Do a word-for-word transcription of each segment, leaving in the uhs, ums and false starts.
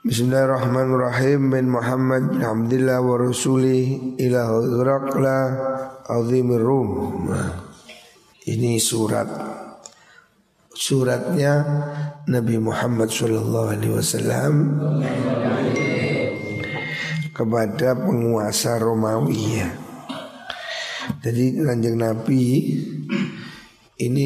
Bismillahirrahmanirrahim. Min Muhammad bin Abdillah wa rasulih ila Hiraqla azimir Rum. Ini surat Suratnya Nabi Muhammad sallallahu alaihi wasallam kepada penguasa Romawi. Jadi Kanjeng Nabi ini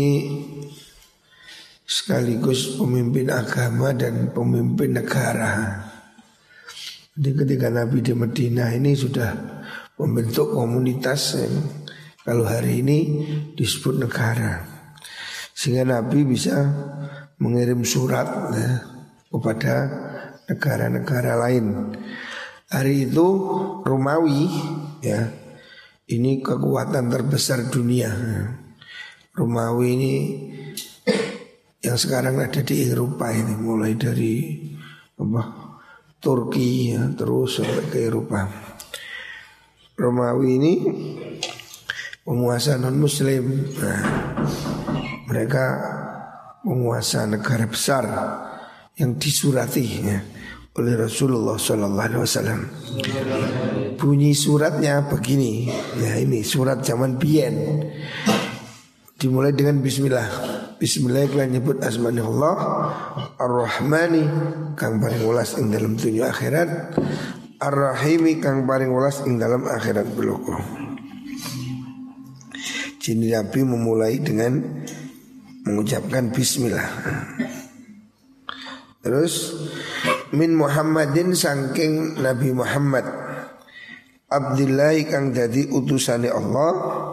sekaligus pemimpin agama dan pemimpin negara. Jadi ketika Nabi di Madinah ini sudah membentuk komunitas yang kalau hari ini disebut negara. Sehingga Nabi bisa mengirim surat ya, kepada negara-negara lain. Hari itu Romawi ya, ini kekuatan terbesar dunia. Romawi ini yang sekarang ada di Eropa ini, mulai dari apa Turki ya, terus sampai ke Eropa. Romawi ini penguasa non Muslim. Nah, mereka penguasa negara besar yang disurati ya, oleh Rasulullah Sallallahu Alaihi Wasallam. Bunyi suratnya begini, ya ini surat zaman biyen. Dimulai dengan Bismillah. Bismillah kalian nyebut asmani Allah Ar-Rahmani kang paring welas ing dalam dunia akhirat, Ar-Rahimi kang paring welas ing dalam akhirat beloko. Jadi Nabi memulai dengan mengucapkan Bismillah. Terus min Muhammadin sangking Nabi Muhammad Abdillah kang dadi utusane Allah,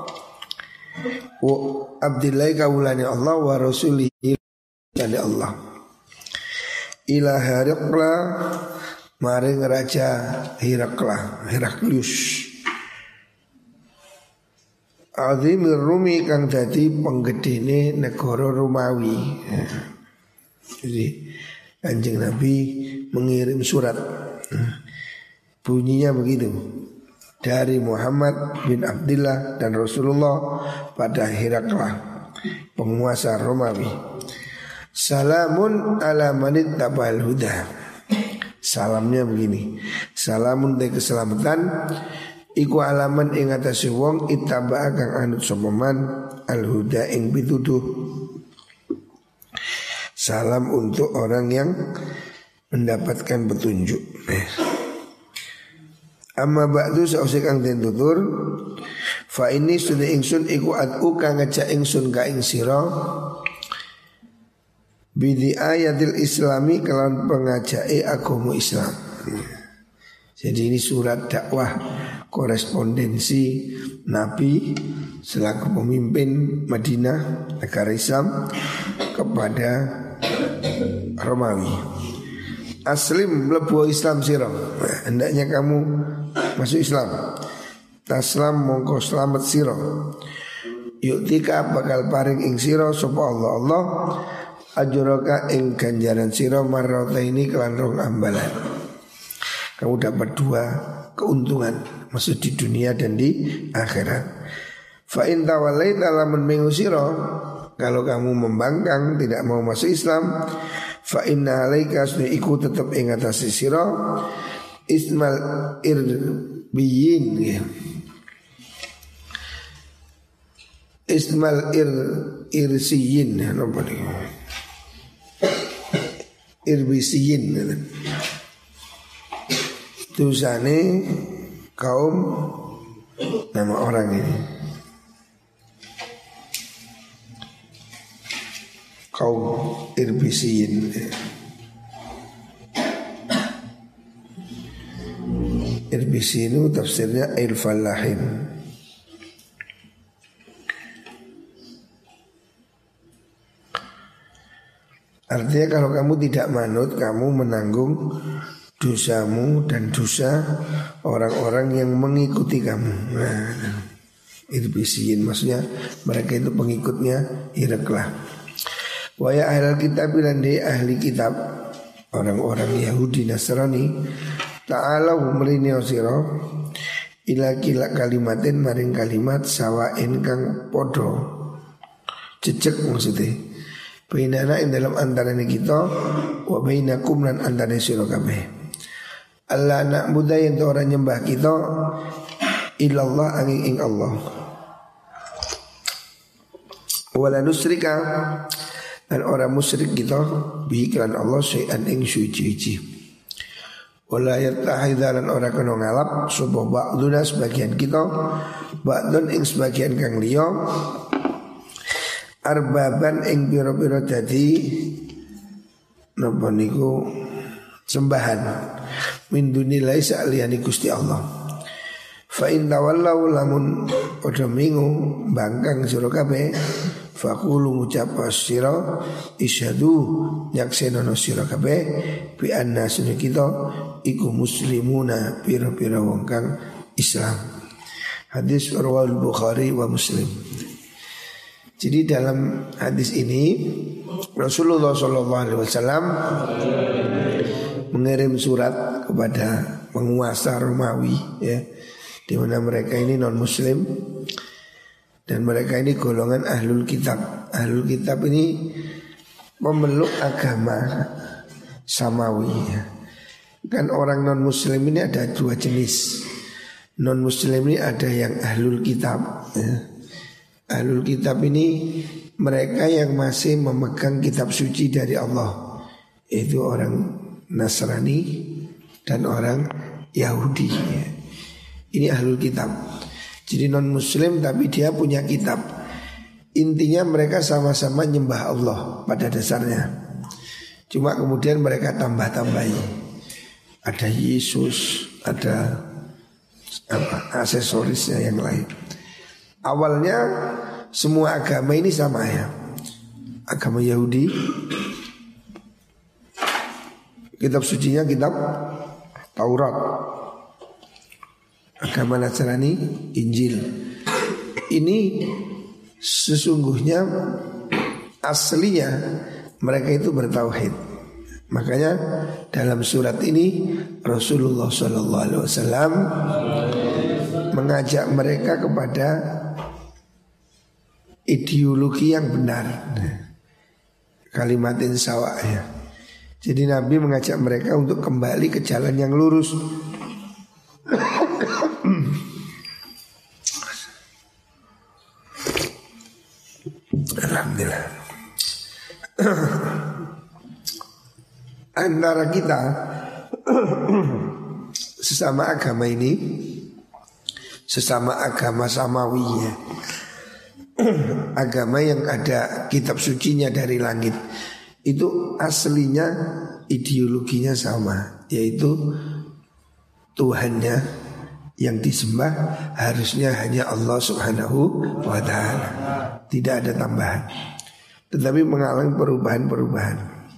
wa Abdillah kawulane Allah wa rasulihi dari Allah, ila Hiraqla maring raja Hiraqla Heraklius azimir Rumi kang dadi penggedene negara Romawi. Jadi Kanjeng Nabi mengirim surat, bunyinya begitu, dari Muhammad bin Abdillah dan Rasulullah pada Hiraqla, penguasa Romawi. Salamun ala manit tabal huda. Salamnya begini, salamun te keselamatan iku alaman ing atase wong ittaba kang anut sapa man al-huda ing pituduh. Salam untuk orang yang mendapatkan petunjuk. Eh. Amma ba'du sa'usik kang den tutur, fa ini sudah ingsun iku adu kang ngajak ingsun ka ing sira bidi ayatil islami kelawan pengajake agama Islam. Jadi ini surat dakwah korespondensi Nabi selaku pemimpin Madinah negara Islam kepada Romawi. Aslim mlebu Islam sira. Nah, hendaknya kamu masuk Islam. Taslam mongko selamat sira. Yuktika bakal paring ing sira sapa Allah Allah ajraka ing ganjaran sira marrataini kelan rong ambalan. Kamu dapat dua keuntungan, maksud di dunia dan di akhirat. Fa in tawallaita lamun mengusira, kalau kamu membangkang tidak mau masuk Islam, fa inna alaika sunni iku tetap ing atase sira ismal irbiyin ya. Ismal ir irsiyin napa niku? Irbisiyin. Dosane kaum nama orang ini, kaum Irbisiyin. Irbisiyin itu tafsirnya il-falahin. Artinya kalau kamu tidak manut, kamu menanggung dosamu dan dosa orang-orang yang mengikuti kamu. Nah, Irbisiyin maksudnya mereka itu pengikutnya Hiraqla. Wa ya ahlal kitab lan di ahli kitab, orang-orang Yahudi Nasrani, ta'ala umrini sira ila kila kalimatin maring kalimat sawain kang podo, cecek maksudnya bainana ing dalam antarane kita wa bainakum lan antarane sira kabeh. Allah na'budu yen ora nyembah kita illallah angin ing Allah. Wala nusrika dan orang musyrik kita bihi kan Allah syai'an ing suci-suci. Wala yattahidalan ora kena ngalap sapa ba'duna sebagian kita ba'dun ing sebagian kang liya arbaban ing pira-pira dadi napa niku sembahan min dunillahi sa'liyani Gusti Allah. Fa in tawallau lamun padha mingu bangkang sira kabeh faqulu ngucap sira isyhadu nyaksenono sira kabeh bi anna sunni kita iku muslimuna pira-pira wong kang Islam. Hadis riwayat Bukhari wa Muslim. Jadi dalam hadis ini Rasulullah shallallahu alaihi wasallam mengirim surat kepada penguasa Romawi ya, di mana mereka ini non muslim dan mereka ini golongan ahlul kitab. Ahlul kitab ini memeluk agama samawi ya. Kan orang non muslim ini ada dua jenis. Non muslim ini ada yang ahlul kitab ya. Ahlul kitab ini mereka yang masih memegang kitab suci dari Allah, yaitu orang Nasrani dan orang Yahudi ya. Ini ahlul kitab. Jadi non muslim tapi dia punya kitab. Intinya mereka sama-sama nyembah Allah pada dasarnya. Cuma kemudian mereka tambah-tambahi. Ada Yesus, ada apa, aksesorisnya yang lain. Awalnya semua agama ini sama ya. Agama Yahudi kitab sucinya kitab Taurat. Agama Nasrani Injil. Ini sesungguhnya aslinya mereka itu bertauhid. Makanya dalam surat ini Rasulullah shallallahu alaihi wasallam mengajak mereka kepada ideologi yang benar. Kalimatin sawa ya. Jadi Nabi mengajak mereka untuk kembali ke jalan yang lurus. Alhamdulillah. Antara kita sesama agama ini, sesama agama samawi ya, agama yang ada kitab sucinya dari langit, itu aslinya ideologinya sama, yaitu Tuhannya yang disembah harusnya hanya Allah subhanahu wa ta'ala, tidak ada tambahan. Tetapi mengalami perubahan-perubahan.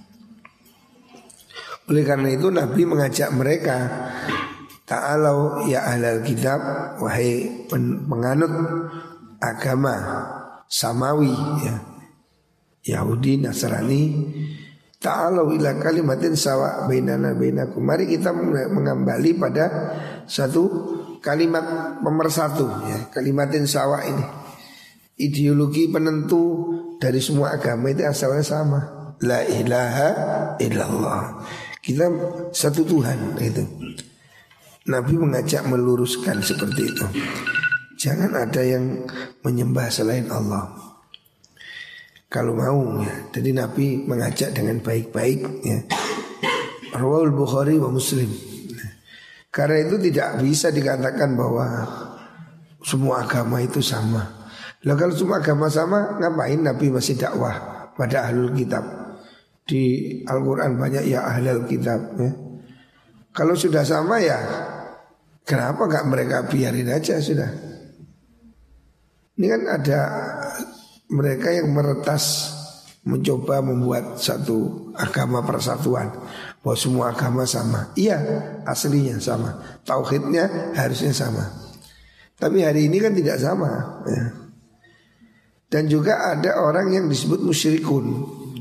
Oleh karena itu Nabi mengajak mereka, ta'alau ya ahlal kitab, wahai penganut agama samawi ya, Yahudi, Nasrani, ta'alau ila kalimatin sawa bainana bainakum. Mari kita mengembali pada satu kalimat pemersatu ya, kalimatin sawa ini. Ideologi penentu dari semua agama itu asalnya sama. La ilaha illallah. Kita satu Tuhan itu. Nabi mengajak meluruskan seperti itu. Jangan ada yang menyembah selain Allah. Kalau mau ya. Jadi Nabi mengajak dengan baik-baik ya. Riwayat Bukhari wa Muslim. Karena itu tidak bisa dikatakan bahwa semua agama itu sama. Lah kalau semua agama sama, ngapain Nabi masih dakwah pada ahlul kitab? Di Al-Quran banyak ya ahlul kitab ya. Kalau sudah sama ya, kenapa gak mereka biarin aja sudah? Ini kan ada mereka yang meretas, mencoba membuat satu agama persatuan, bahwa semua agama sama. Iya, aslinya sama, tauhidnya harusnya sama. Tapi hari ini kan tidak sama ya. Dan juga ada orang yang disebut musyrikun.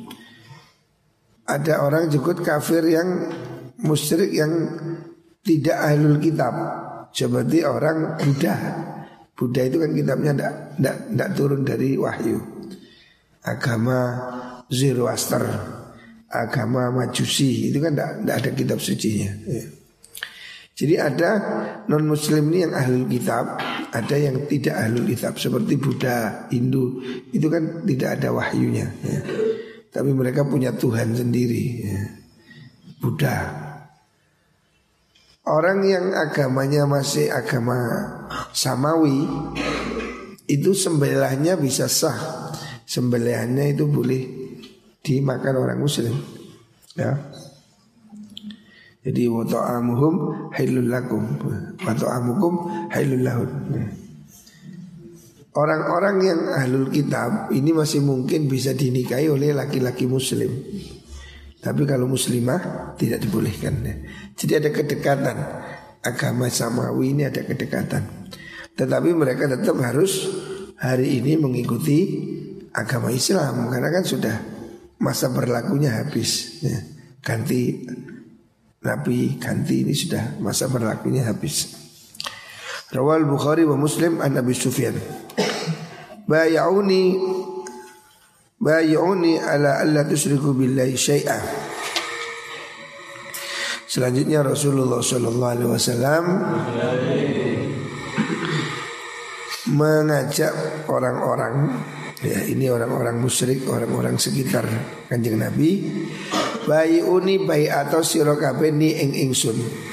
Ada orang juga kafir yang musyrik yang tidak ahlul kitab, seperti orang Buddha. Buddha itu kan kitabnya tidak turun dari wahyu. Agama Zoroaster, agama Majusi, itu kan tidak ada kitab sucinya ya. Jadi ada non muslim ini yang ahlul kitab, ada yang tidak ahlul kitab seperti Buddha, Hindu, itu kan tidak ada wahyunya ya. Tapi mereka punya Tuhan sendiri ya. Buddha. Orang yang agamanya masih agama samawi, itu sembelihnya bisa sah. Sembelihannya itu boleh dimakan orang muslim ya. Jadi wa ta'amuhum hailul lakum wa ta'amukum hailul lahum. Orang-orang yang ahlul kitab ini masih mungkin bisa dinikahi oleh laki-laki muslim. Tapi kalau muslimah tidak dibolehkan ya. Jadi ada kedekatan. Agama samawi ini ada kedekatan. Tetapi mereka tetap harus hari ini mengikuti agama Islam, karena kan sudah masa berlakunya habis ya. Ganti Nabi, ganti ini sudah masa berlakunya habis. Rawal Bukhari wa Muslim an Abi Sufyan. Bay'uni bay'uni ala alla tusyriku billahi syai'a. Selanjutnya Rasulullah sallallahu alaihi wasallam mengajak orang-orang, ya ini orang-orang musyrik, orang-orang sekitar Kanjeng Nabi, bay'uni bai'ata sira kabeh ni ing ingsun.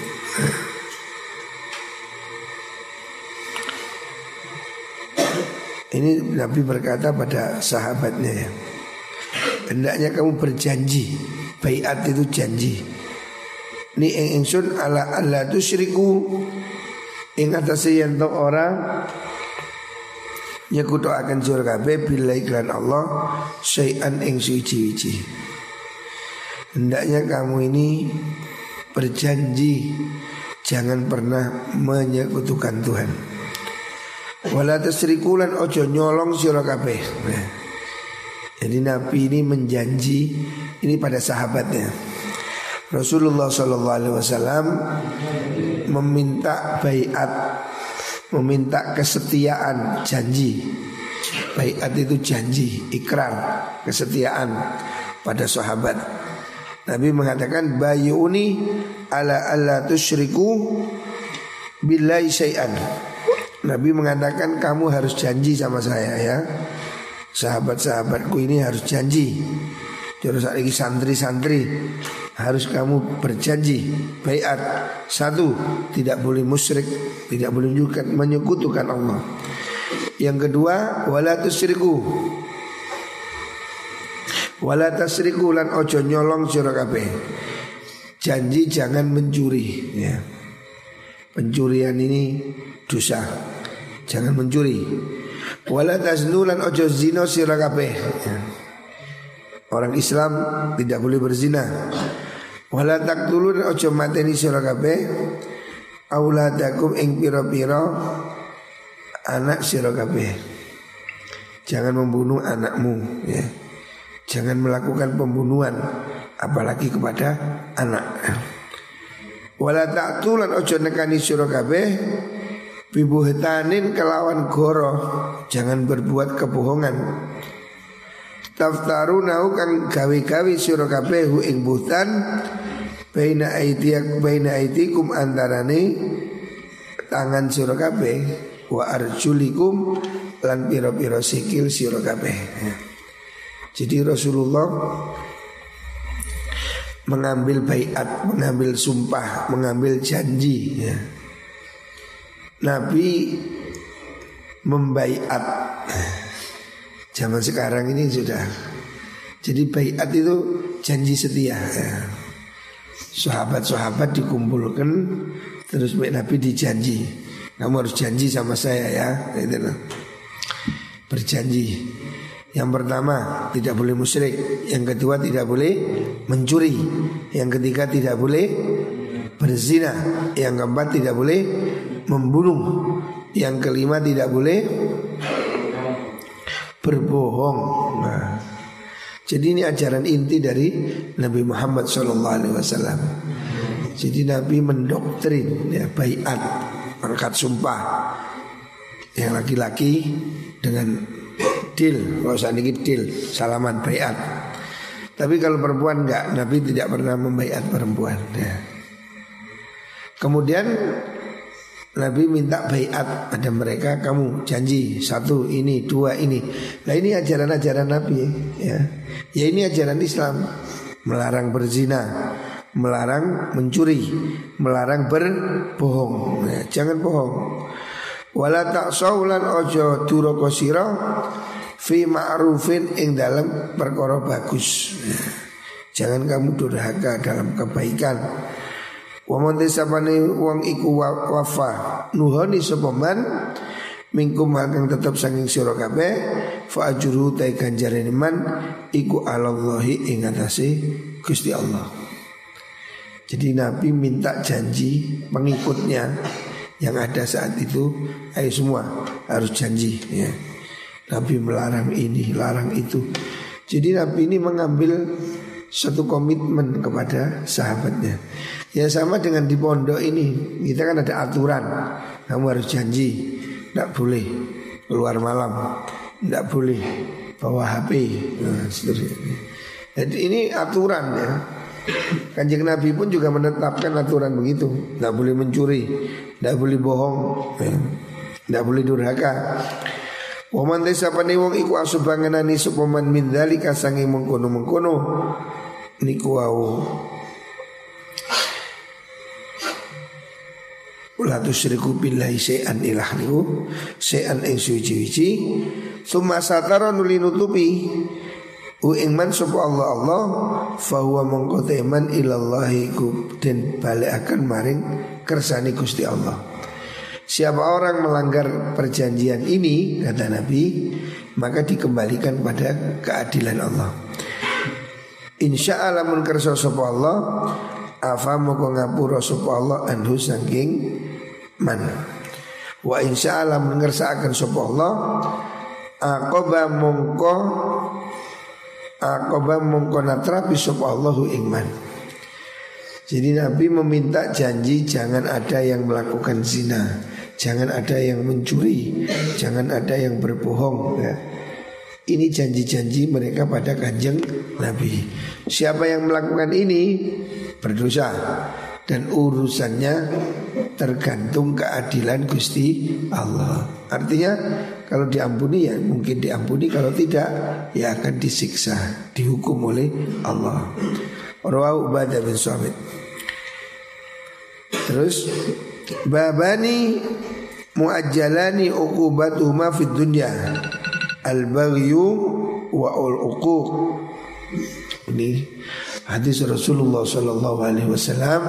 Ini Nabi berkata pada sahabatnya ya, hendaknya kamu berjanji. Bai'at itu janji. Ni ing ingsun ala alla tusyriku, ing atase yen to ora nyekutu akan sira kabeh billahi lan Allah syai'an ing suci-suci. Hendaknya kamu ini berjanji jangan pernah menyekutukan Tuhan. Wala tasrikulan ojo nyolong sira kabeh. Nah, jadi Nabi ini menjanji ini pada sahabatnya. Rasulullah shallallahu alaihi wasallam meminta baiat, meminta kesetiaan, janji. Baiat itu janji, ikrar, kesetiaan pada sahabat. Nabi mengatakan bayuni ala alla tusyriku billahi syai'an. Nabi mengatakan kamu harus janji sama saya ya. Sahabat-sahabatku ini harus janji. Terus lagi santri-santri harus kamu berjanji baiat. Satu, tidak boleh musyrik, tidak boleh juga menyekutukan Allah. Yang kedua, wala tusyriku, wala tasriku lan ojo nyolong sira kabeh. Janji jangan mencuri ya. Pencurian ini dosa. Jangan mencuri. Wala taznu lan ojo zina sira kabeh ya. Orang Islam tidak boleh berzina. Wala taqtulun ojo mateni sira kabeh auladakum ing pira-pira anak sira kabeh. Jangan membunuh anakmu ya. Jangan melakukan pembunuhan apalagi kepada anak. Wala ta'tulan ojo nekani sira kabeh bibuhtanin kelawan goro. Jangan berbuat kebohongan. Taftarunau kang gawe-gawe sira kabeh hu ing buhtan baina aidiak baina aidikum antarane tangan sira kabeh wa arjulikum lan pira-pira sikil sira kabeh. Jadi Rasulullah mengambil baiat, mengambil sumpah, mengambil janji ya. Nabi membaiat. Zaman sekarang ini sudah. Jadi baiat itu janji setia ya. Sahabat-sahabat dikumpulkan, terus Nabi dijanji, kamu harus janji sama saya ya, gitu loh. Berjanji. Yang pertama tidak boleh musyrik, yang kedua tidak boleh mencuri, yang ketiga tidak boleh berzina, yang keempat tidak boleh membunuh, yang kelima tidak boleh berbohong. Nah, jadi ini ajaran inti dari Nabi Muhammad shallallahu alaihi wasallam. Jadi Nabi mendoktrin ya, baiat, angkat sumpah. Yang laki-laki dengan deal, kalau usah dikit deal, salaman baiat. Tapi kalau perempuan enggak, Nabi tidak pernah membaiat perempuan ya. Kemudian Nabi minta baiat pada mereka, kamu janji satu ini, dua ini. Nah ini ajaran-ajaran Nabi ya. Ya ini ajaran Islam. Melarang berzina, melarang mencuri, melarang berbohong ya, jangan bohong. Wala ta'saulan ojo duraka sira fi ma'rufin ing dalam perkara bagus ya. Jangan kamu durhaka dalam kebaikan. Wa man tisabane wong iku wafa nuhoni sapa man mingkum kang tetep saking sira kabeh fa ajruhu ta ganjarane man iku alallahi ing atase Gusti Allah. Jadi Nabi minta janji pengikutnya yang ada saat itu, ayo semua harus janji ya. Nabi melarang ini, larang itu. Jadi Nabi ini mengambil satu komitmen kepada sahabatnya. Ya sama dengan di pondok ini, kita kan ada aturan. Kamu harus janji, tidak boleh keluar malam, tidak boleh bawa H P. Nah, seterusnya. Jadi ini aturan ya. Kanjeng Nabi pun juga menetapkan aturan begitu. Tidak boleh mencuri, tidak boleh bohong, tidak boleh durhaka. Wa man tasabani wong iku asubanganani supaman min dzalika sange mengkono-mengkono niku wau la tusyriku billahi syai'an ilah niku syai'an ing suci-suci summa satara nuli nutupi u ing man sapa Allah Allah fa huwa mongko teman ilallahi ku den balekaken maring kersane Gusti Allah. Siapa orang melanggar perjanjian ini kata Nabi, maka dikembalikan pada keadilan Allah. Insya Allah munkerso sapa Allah afa moko ngapura sapa Allah anhu saking man. Wa insya Allah mengersakaken sapa Allah aqaba mongko aqaba mongko natrapi sapa Allahu ing man. Jadi Nabi meminta janji jangan ada yang melakukan zina, jangan ada yang mencuri, jangan ada yang berbohong ya. Ini janji-janji mereka pada kanjeng Nabi. Siapa yang melakukan ini berdosa dan urusannya tergantung keadilan Gusti Allah. Artinya kalau diampuni ya mungkin diampuni, kalau tidak ya akan disiksa, dihukum oleh Allah. Rawahu Ubadah bin Samit. Terus babani muajjalani uqubatuhuma fid dunya al-baghyu wa al-uquq. Ini hadis Rasulullah sallallahu alaihi wasallam.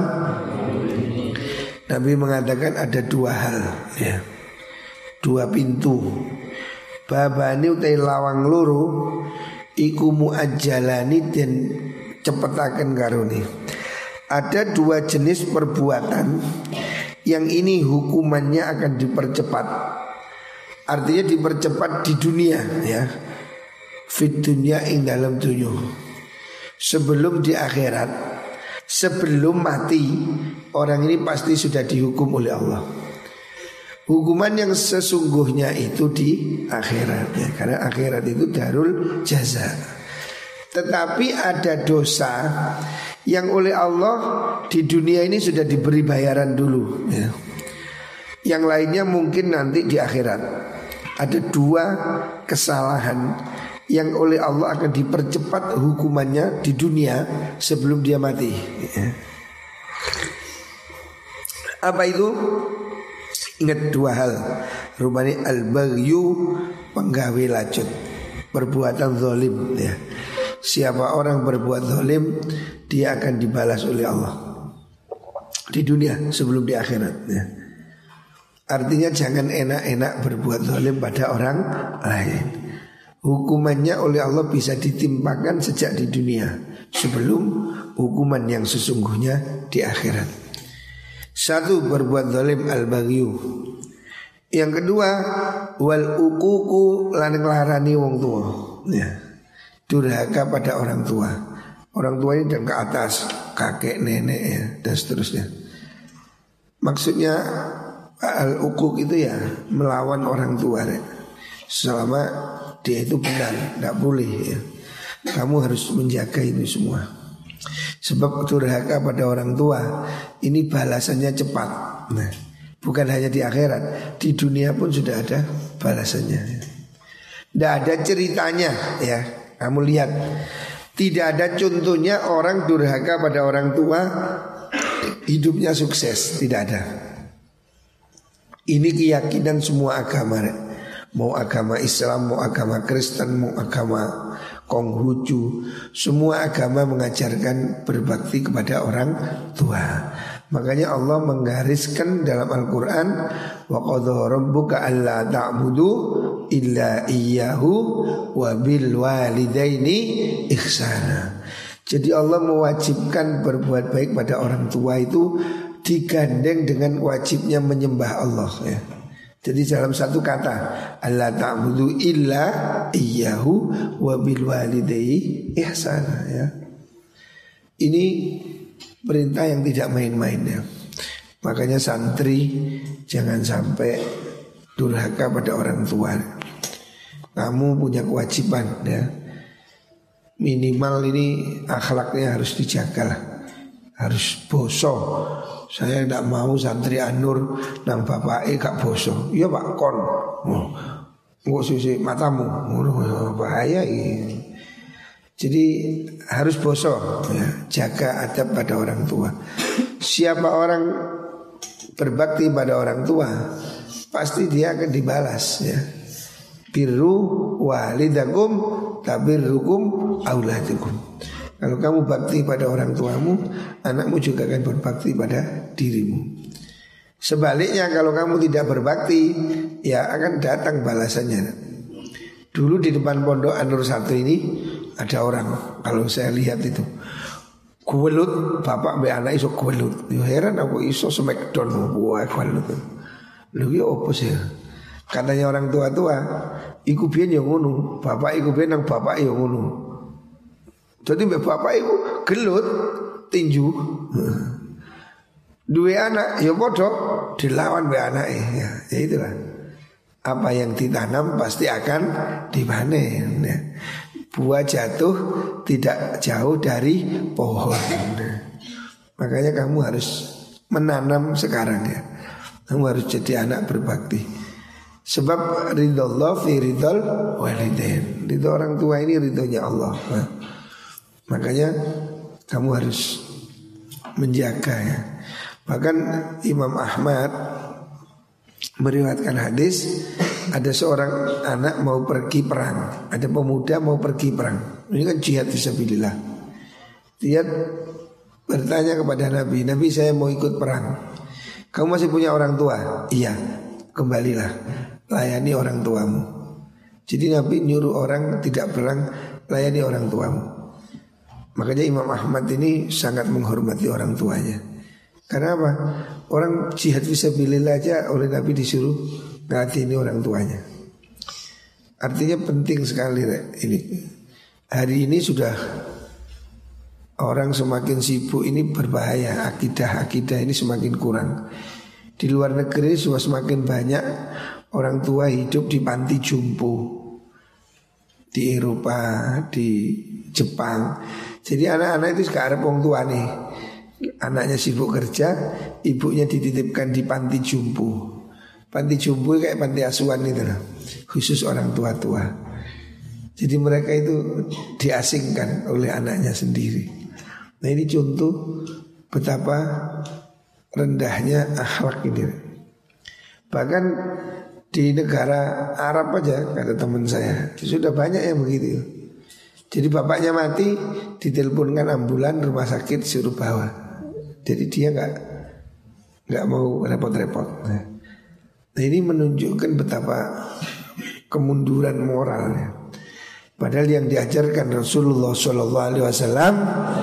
Nabi mengatakan ada dua hal ya. Dua pintu. Babani utai lawang loro iku muajjalani dan cepetaken karone. Ada dua jenis perbuatan yang ini hukumannya akan dipercepat. Artinya dipercepat di dunia ya. Fit dunia ing dalam dunia. Sebelum di akhirat, sebelum mati, orang ini pasti sudah dihukum oleh Allah. Hukuman yang sesungguhnya itu di akhirat ya. Karena akhirat itu darul jaza. Tetapi ada dosa yang oleh Allah di dunia ini sudah diberi bayaran dulu ya. Yang lainnya mungkin nanti di akhirat. Ada dua kesalahan yang oleh Allah akan dipercepat hukumannya di dunia sebelum dia mati ya. Apa itu? Ingat dua hal. Rupanya al-baghyu, penggawe lacut, perbuatan zalim ya. Siapa orang berbuat zalim, dia akan dibalas oleh Allah di dunia sebelum di akhirat ya. Artinya jangan enak-enak berbuat zalim pada orang lain. Hukumannya oleh Allah bisa ditimpakan sejak di dunia sebelum hukuman yang sesungguhnya di akhirat. Satu, berbuat zalim al-baghyu. Yang kedua, wal uququ lan nglarani wong tua ya. Durhaka pada orang tua. Orang tua ini dan ke atas, kakek, nenek ya, dan seterusnya. Maksudnya al-uquq itu ya melawan orang tua ya. Selama dia itu benar, tidak boleh ya. Kamu harus menjaga itu semua. Sebab durhaka pada orang tua ini balasannya cepat. Nah, bukan hanya di akhirat, di dunia pun sudah ada balasannya. Tidak ada ceritanya ya. Kamu lihat, tidak ada contohnya orang durhaka pada orang tua hidupnya sukses, tidak ada. Ini keyakinan semua agama. Mau agama Islam, mau agama Kristen, mau agama Konghucu, semua agama mengajarkan berbakti kepada orang tua. Makanya Allah menggariskan dalam Al-Quran, wa qadha rabbuka alla ta'budu illa iyyahu wa bil walidaini ihsana. Jadi Allah mewajibkan berbuat baik pada orang tua itu digandeng dengan wajibnya menyembah Allah ya. Jadi dalam satu kata, alla ta'budu illa iyyahu wa bil walidayni ihsana ya. Ini perintah yang tidak main-main ya. Makanya santri jangan sampai durhaka pada orang tua. Kamu punya kewajiban ya. Minimal ini akhlaknya harus dijaga lah. Harus bosok. Saya tidak mau santri anur nang bapak e gak boso. Iya Pak kon. Nggak susi matamu. Bahaya ini. Jadi harus bosok ya. Jaga adab pada orang tua. Siapa orang berbakti pada orang tua, pasti dia akan dibalas ya. Birru walidakum tabirrukum auladukum. Kalau kamu bakti pada orang tuamu, anakmu juga akan berbakti pada dirimu. Sebaliknya kalau kamu tidak berbakti, ya akan datang balasannya. Dulu di depan pondok An-Nur satu ini ada orang, kalau saya lihat itu kuwelut, bapak be anak iso kuwelut. Yo heran aku iso smackdown buah kuwelut. Lho ki opo sih? Katanya orang tua-tua, iku biyen yo ngono, bapak iku biyen nang bapak yo ngono. Jadi bapak ibu gelut tinju, dua anak ya bodoh dilawan be anak ya, ya itulah. Apa yang ditanam pasti akan dipanen. Ya. Buah jatuh tidak jauh dari pohon. Ya. Makanya kamu harus menanam sekarang ya. Kamu harus jadi anak berbakti. Sebab ridhollah fi ridhol walidain. Ridho orang tua ini ridhonya Allah. Nah. Makanya kamu harus menjaga ya. Bahkan Imam Ahmad meriwayatkan hadis, ada seorang anak mau pergi perang, ada pemuda mau pergi perang. Ini kan jihad fisabilillah. Dia bertanya kepada Nabi, Nabi saya mau ikut perang. Kamu masih punya orang tua? Iya. Kembalilah, layani orang tuamu. Jadi Nabi nyuruh orang tidak perang, layani orang tuamu. Makanya Imam Ahmad ini sangat menghormati orang tuanya. Karena apa? Orang jihad fisabilillah aja oleh Nabi disuruh ngadini orang tuanya. Artinya penting sekali ini. Hari ini sudah orang semakin sibuk, ini berbahaya. Akidah-akidah ini semakin kurang. Di luar negeri sudah semakin banyak orang tua hidup di panti jompo, di Eropa, di Jepang. Jadi anak-anak itu sekarang orang tua nih, anaknya sibuk kerja, ibunya dititipkan di panti jompo. Panti jompo kayak panti asuhan itu lah, khusus orang tua-tua. Jadi mereka itu diasingkan oleh anaknya sendiri. Nah ini contoh betapa rendahnya akhlak ini. Bahkan di negara Arab aja, kata teman saya, sudah banyak yang begitu. Jadi bapaknya mati, diteleponkan ambulan rumah sakit suruh bawa. Jadi dia nggak nggak mau repot-repot. Nah, ini menunjukkan betapa kemunduran moralnya. Padahal yang diajarkan Rasulullah Shallallahu Alaihi Wasallam,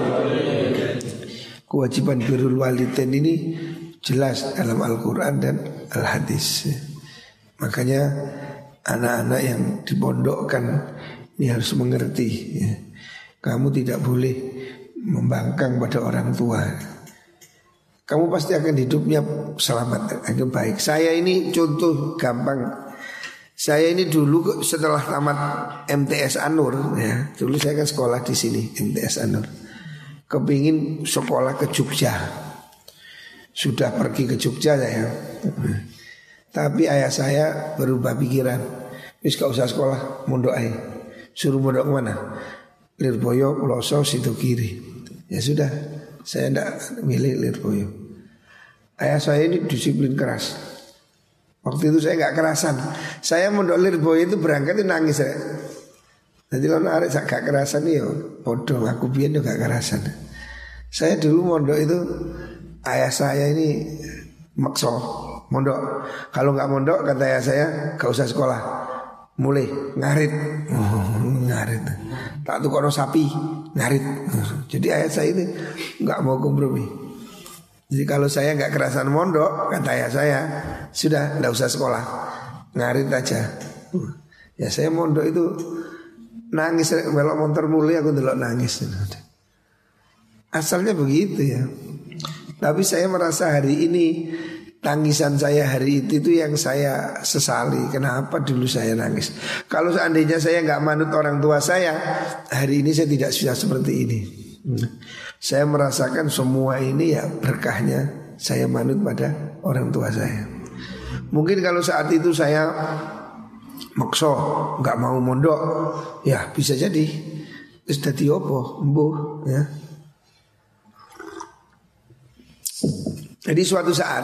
kewajiban birrul walidain ini jelas dalam Al-Quran dan Al-Hadis. Makanya anak-anak yang dipondokkan ini harus mengerti ya. Kamu tidak boleh membangkang pada orang tua. Kamu pasti akan hidupnya selamat, akan baik. Saya ini contoh gampang. Saya ini dulu setelah tamat M T S Anur ya, dulu saya kan sekolah di sini M T S Anur. Kepingin sekolah ke Jogja. Sudah pergi ke Jogja saya. Tapi ayah saya berubah pikiran. Wis gak usah sekolah, mondok aja. Suruh mondok kemana? Lirboyo, Ploso, situ kiri. Ya sudah, saya tidak milih Lirboyo. Ayah saya ini disiplin keras. Waktu itu saya nggak kerasan. Saya mondok Lirboyo itu berangkat itu nangis ya. Jadi kalau narik saya gak kerasan ya bodoh, aku biar juga gak kerasan. Saya dulu mondok itu ayah saya ini makso mondok. Kalau nggak mondok kata ayah saya gak usah sekolah. Mulai ngarit, oh, ngarit. Tak tuh kono sapi ngarit. Jadi ayah saya ini nggak mau kompromi. Jadi kalau saya nggak kerasan mondok, kata ayah saya, sudah nggak usah sekolah, ngarit aja. Ya saya mondok itu nangis, belok motor mulai aku delok nangis. Asalnya begitu ya. Tapi saya merasa hari ini tangisan saya hari itu itu yang saya sesali. Kenapa dulu saya nangis? Kalau seandainya saya nggak manut orang tua saya, hari ini saya tidak bisa seperti ini. Saya merasakan semua ini ya berkahnya saya manut pada orang tua saya. Mungkin kalau saat itu saya makso nggak mau mondok, ya bisa jadi sudah diopo, embuh ya. Jadi suatu saat,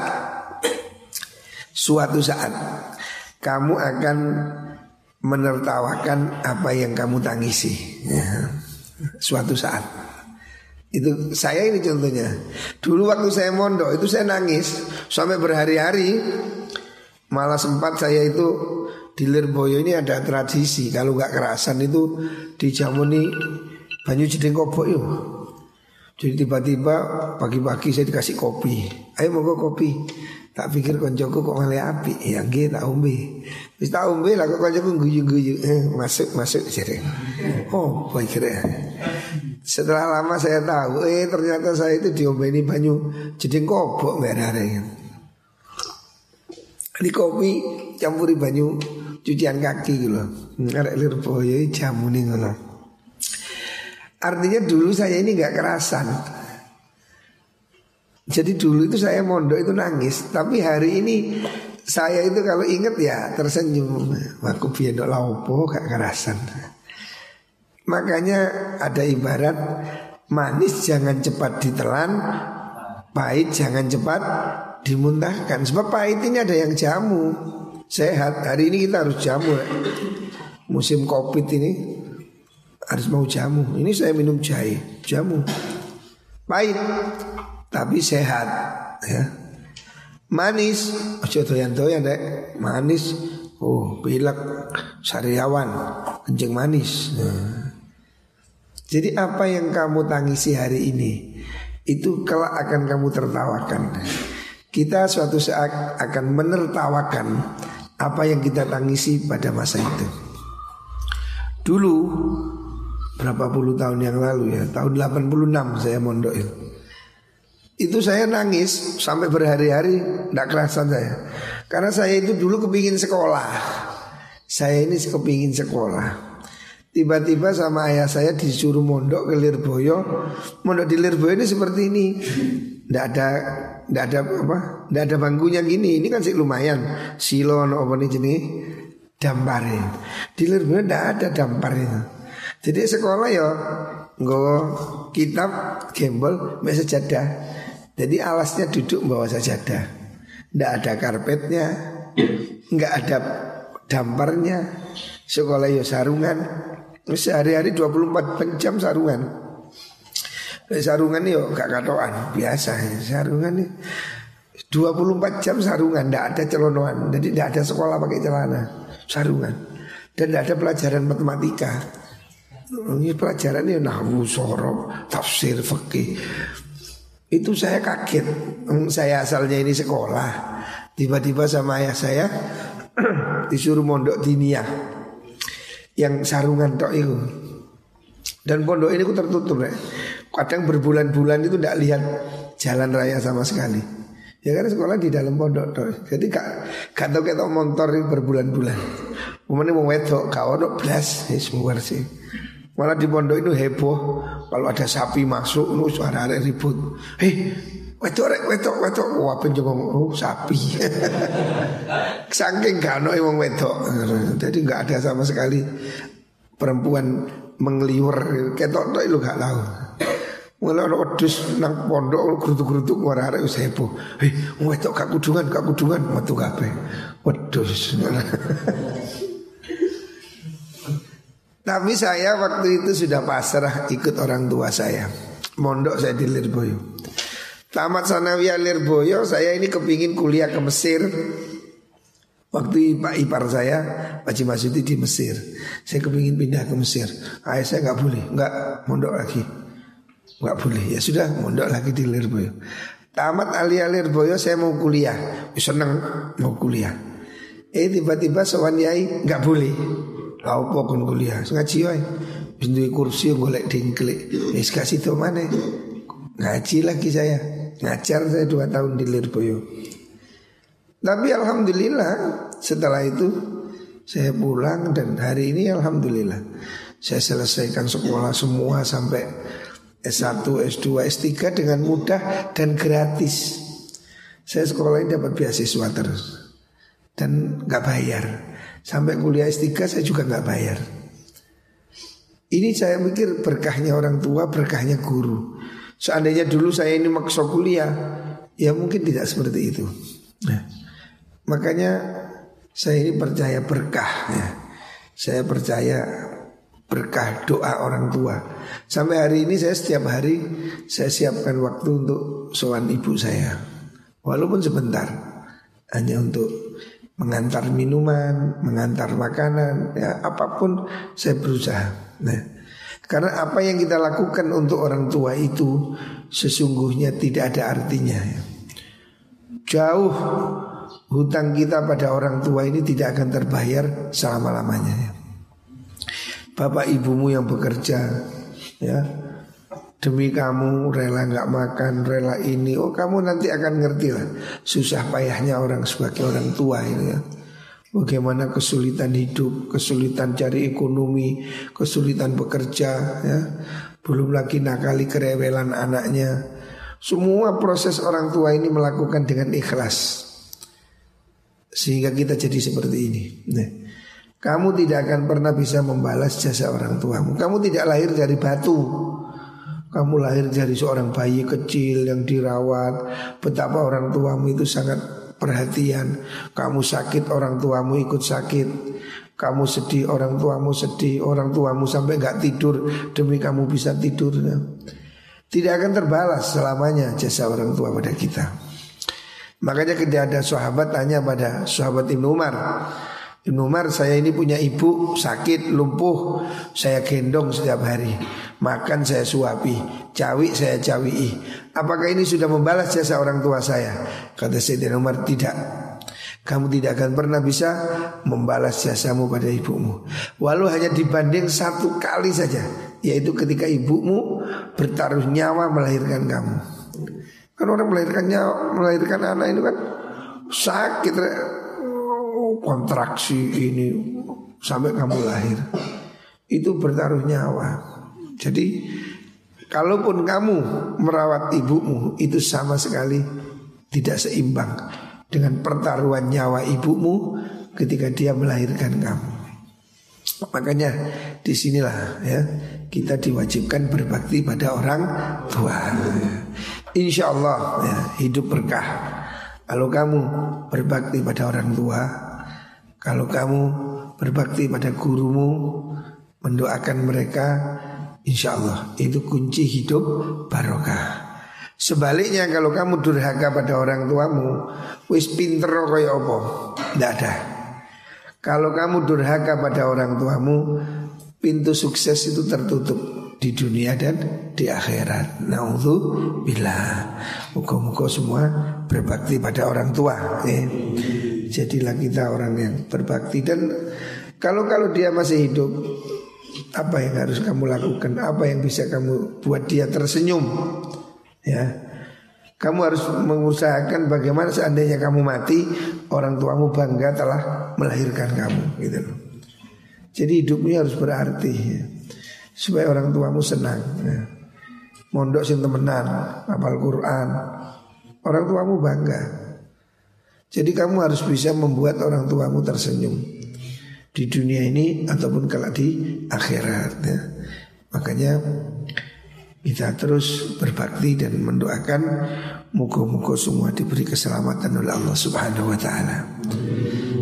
suatu saat kamu akan menertawakan apa yang kamu tangisi ya. Suatu saat. Itu saya ini contohnya. Dulu waktu saya mondok itu saya nangis sampai berhari-hari. Malah sempat saya itu di Lirboyo ini ada tradisi kalau nggak kerasan itu dijamuni banyu jeding kobok yuk. Jadi tiba-tiba pagi-pagi saya dikasih kopi. Ayo monggo kopi. Tak pikir koncoku kok malah api. Ya nggih tak ombe. Wis tak ombe lah kok koncoku guyu-guyu. Eh, masuk masuk jadi. Oh, baik kira. Setelah lama saya tahu, eh ternyata saya itu diombeni banyu jeding kobok merah-merah. Di kopi campuri banyu cucian kaki gitu loh. Arek Lirboyo jamu nih ngono. Artinya dulu saya ini nggak kerasan. Jadi dulu itu saya mondok itu nangis, tapi hari ini saya itu kalau inget ya tersenyum. Aku biyen laopo gak kerasan. Makanya ada ibarat manis jangan cepat ditelan, pahit jangan cepat dimuntahkan. Sebab pahit ini ada yang jamu. Sehat, hari ini kita harus jamu ya. Musim Covid ini harus mau jamu. Ini saya minum jahe, jamu. Pahit tapi sehat ya. Manis, ojo doyan-doyan dek. Manis, oh pilek, sariawan, kencing manis nah. Jadi apa yang kamu tangisi hari ini itu kelak akan kamu tertawakan. Kita suatu saat akan menertawakan apa yang kita tangisi pada masa itu. Dulu berapa puluh tahun yang lalu ya, tahun delapan puluh enam saya mondok itu. Itu saya nangis sampai berhari-hari, tidak kerasan saya. Karena saya itu dulu kepingin sekolah. Saya ini kepingin sekolah. Tiba-tiba sama ayah saya disuruh mondok ke Lirboyo. Mondok di Lirboyo ini seperti ini. Tidak ada, tidak ada apa? Tidak ada bangkunya gini. Ini kan sih lumayan. Silo no apa nih jenis dampare. Di Lirboyo tidak ada damparnya. Jadi sekolah ya nggawa kitab gembol mek sejadah. Jadi alasnya duduk bawa sajadah. Tidak ada karpetnya, nggak ada damparnya. Sekolah ya sarungan. Sehari-hari dua puluh empat jam sarungan. Sarungan ini yo gak katoan, biasa sarungan ini dua puluh empat jam sarungan, tidak ada celonoan. Jadi tidak ada sekolah pakai celana, sarungan. Dan tidak ada pelajaran matematika. Ini pelajaran ini nahwu, sorof, tafsir, fikih. Itu saya kaget. Saya asalnya ini sekolah. Tiba-tiba sama ayah saya disuruh mondok diniyah yang sarungan tok itu. Dan pondok ini ku tertutup ya. Kadang berbulan-bulan itu tidak lihat jalan raya sama sekali. Ya karena sekolah di dalam pondok tok. Jadi gak, gak tahu kayak motor ini berbulan-bulan. Umumnya wong wedok gak ono blas wis muwer sih. Malah di pondok itu heboh kalau ada sapi masuk lu suara ribut. Hei, wedok rek wedok wedok wah penjengong oh sapi. Saking gak ono wong wedok. Jadi enggak ada sama sekali perempuan mengliwur ketok tok lu gak tahu. Mulai ada wedus nang pondok gerutuk-gerutuk warare wis heboh. Hei, wedok gak kudungan, gak kudungan metu kabeh. Wedus. Tapi saya waktu itu sudah pasrah ikut orang tua saya. Mondok saya di Lirboyo. Tamat sanawiyah Lirboyo, saya ini kepingin kuliah ke Mesir. Waktu Pak ipar saya, Pak Haji Masyudi di Mesir. Saya kepingin pindah ke Mesir. Ayah saya gak boleh, gak mondok lagi. Gak boleh, ya sudah mondok lagi di Lirboyo. Tamat aliyah Lirboyo saya mau kuliah. Seneng mau kuliah. Eh tiba-tiba sowan yai gak boleh. Apa kon kuliah? Ngaji wae. Wis duwe kursi golek dingklik. Wis kasih to maneh. Ngaji lagi saya. Ngajar saya dua tahun di Lirboyo. Tapi alhamdulillah setelah itu saya pulang dan hari ini alhamdulillah saya selesaikan sekolah semua sampai S satu, S dua, S tiga dengan mudah dan gratis. Saya sekolah ini dapat beasiswa terus dan gak bayar. Sampai kuliah S tiga saya juga gak bayar. Ini saya mikir berkahnya orang tua, berkahnya guru. Seandainya dulu saya ini maksa kuliah, ya mungkin tidak seperti itu. Nah, makanya saya ini percaya berkah ya. Saya percaya berkah doa orang tua. Sampai hari ini saya setiap hari saya siapkan waktu untuk sowan ibu saya. Walaupun sebentar, hanya untuk mengantar minuman, mengantar makanan, ya apapun saya berusaha. Nah, karena apa yang kita lakukan untuk orang tua itu sesungguhnya tidak ada artinya. Ya. Jauh hutang kita pada orang tua ini tidak akan terbayar selama-lamanya. Ya. Bapak ibumu yang bekerja, ya demi kamu rela nggak makan, rela ini, oh kamu nanti akan ngerti lah susah payahnya orang sebagai orang tua ini ya. Bagaimana kesulitan hidup, kesulitan cari ekonomi, kesulitan bekerja ya. Belum lagi nakali kerewelan anaknya. Semua proses orang tua ini melakukan dengan ikhlas sehingga kita jadi seperti ini. Nah, kamu tidak akan pernah bisa membalas jasa orang tuamu. Kamu tidak lahir dari batu. Kamu lahir dari seorang bayi kecil yang dirawat. Betapa orang tuamu itu sangat perhatian. Kamu sakit, orang tuamu ikut sakit. Kamu sedih, orang tuamu sedih. Orang tuamu sampai gak tidur demi kamu bisa tidur. Tidak akan terbalas selamanya jasa orang tua pada kita. Makanya ketika ada sahabat tanya pada sahabat Ibnu Umar, Ibnu Umar, saya ini punya ibu sakit, lumpuh, saya gendong setiap hari. Makan saya suapi, cawi saya cawi. Apakah ini sudah membalas jasa orang tua saya? Kata Sayyidina Umar, tidak. Kamu tidak akan pernah bisa membalas jasamu pada ibumu, walau hanya dibanding satu kali saja, yaitu ketika ibumu bertaruh nyawa melahirkan kamu. Kan orang melahirkan nyawa, melahirkan anak itu kan sakit, kontraksi ini sampai kamu lahir, itu bertaruh nyawa. Jadi kalaupun kamu merawat ibumu, itu sama sekali tidak seimbang dengan pertaruhan nyawa ibumu ketika dia melahirkan kamu. Makanya disinilah ya kita diwajibkan berbakti pada orang tua. Insya Allah ya, hidup berkah kalau kamu berbakti pada orang tua. Kalau kamu berbakti pada gurumu, mendoakan mereka, insya Allah itu kunci hidup barokah. Sebaliknya kalau kamu durhaka pada orang tuamu, wis pinter kaya apa? Tidak ada. Kalau kamu durhaka pada orang tuamu, pintu sukses itu tertutup di dunia dan di akhirat. Naudzubillah. Muka-muka semua berbakti pada orang tua. Eh. Jadilah kita orang yang berbakti. Dan kalau kalau dia masih hidup, apa yang harus kamu lakukan? Apa yang bisa kamu buat dia tersenyum? Ya, kamu harus mengusahakan bagaimana seandainya kamu mati, orang tuamu bangga telah melahirkan kamu, gitu loh. Jadi hidupmu harus berarti ya. Supaya orang tuamu senang ya. Mondok sing temenan, hafal Quran, orang tuamu bangga. Jadi kamu harus bisa membuat orang tuamu tersenyum di dunia ini ataupun kelak di akhirat ya. Makanya kita terus berbakti dan mendoakan muka-muka semua diberi keselamatan oleh Allah Subhanahu wa taala.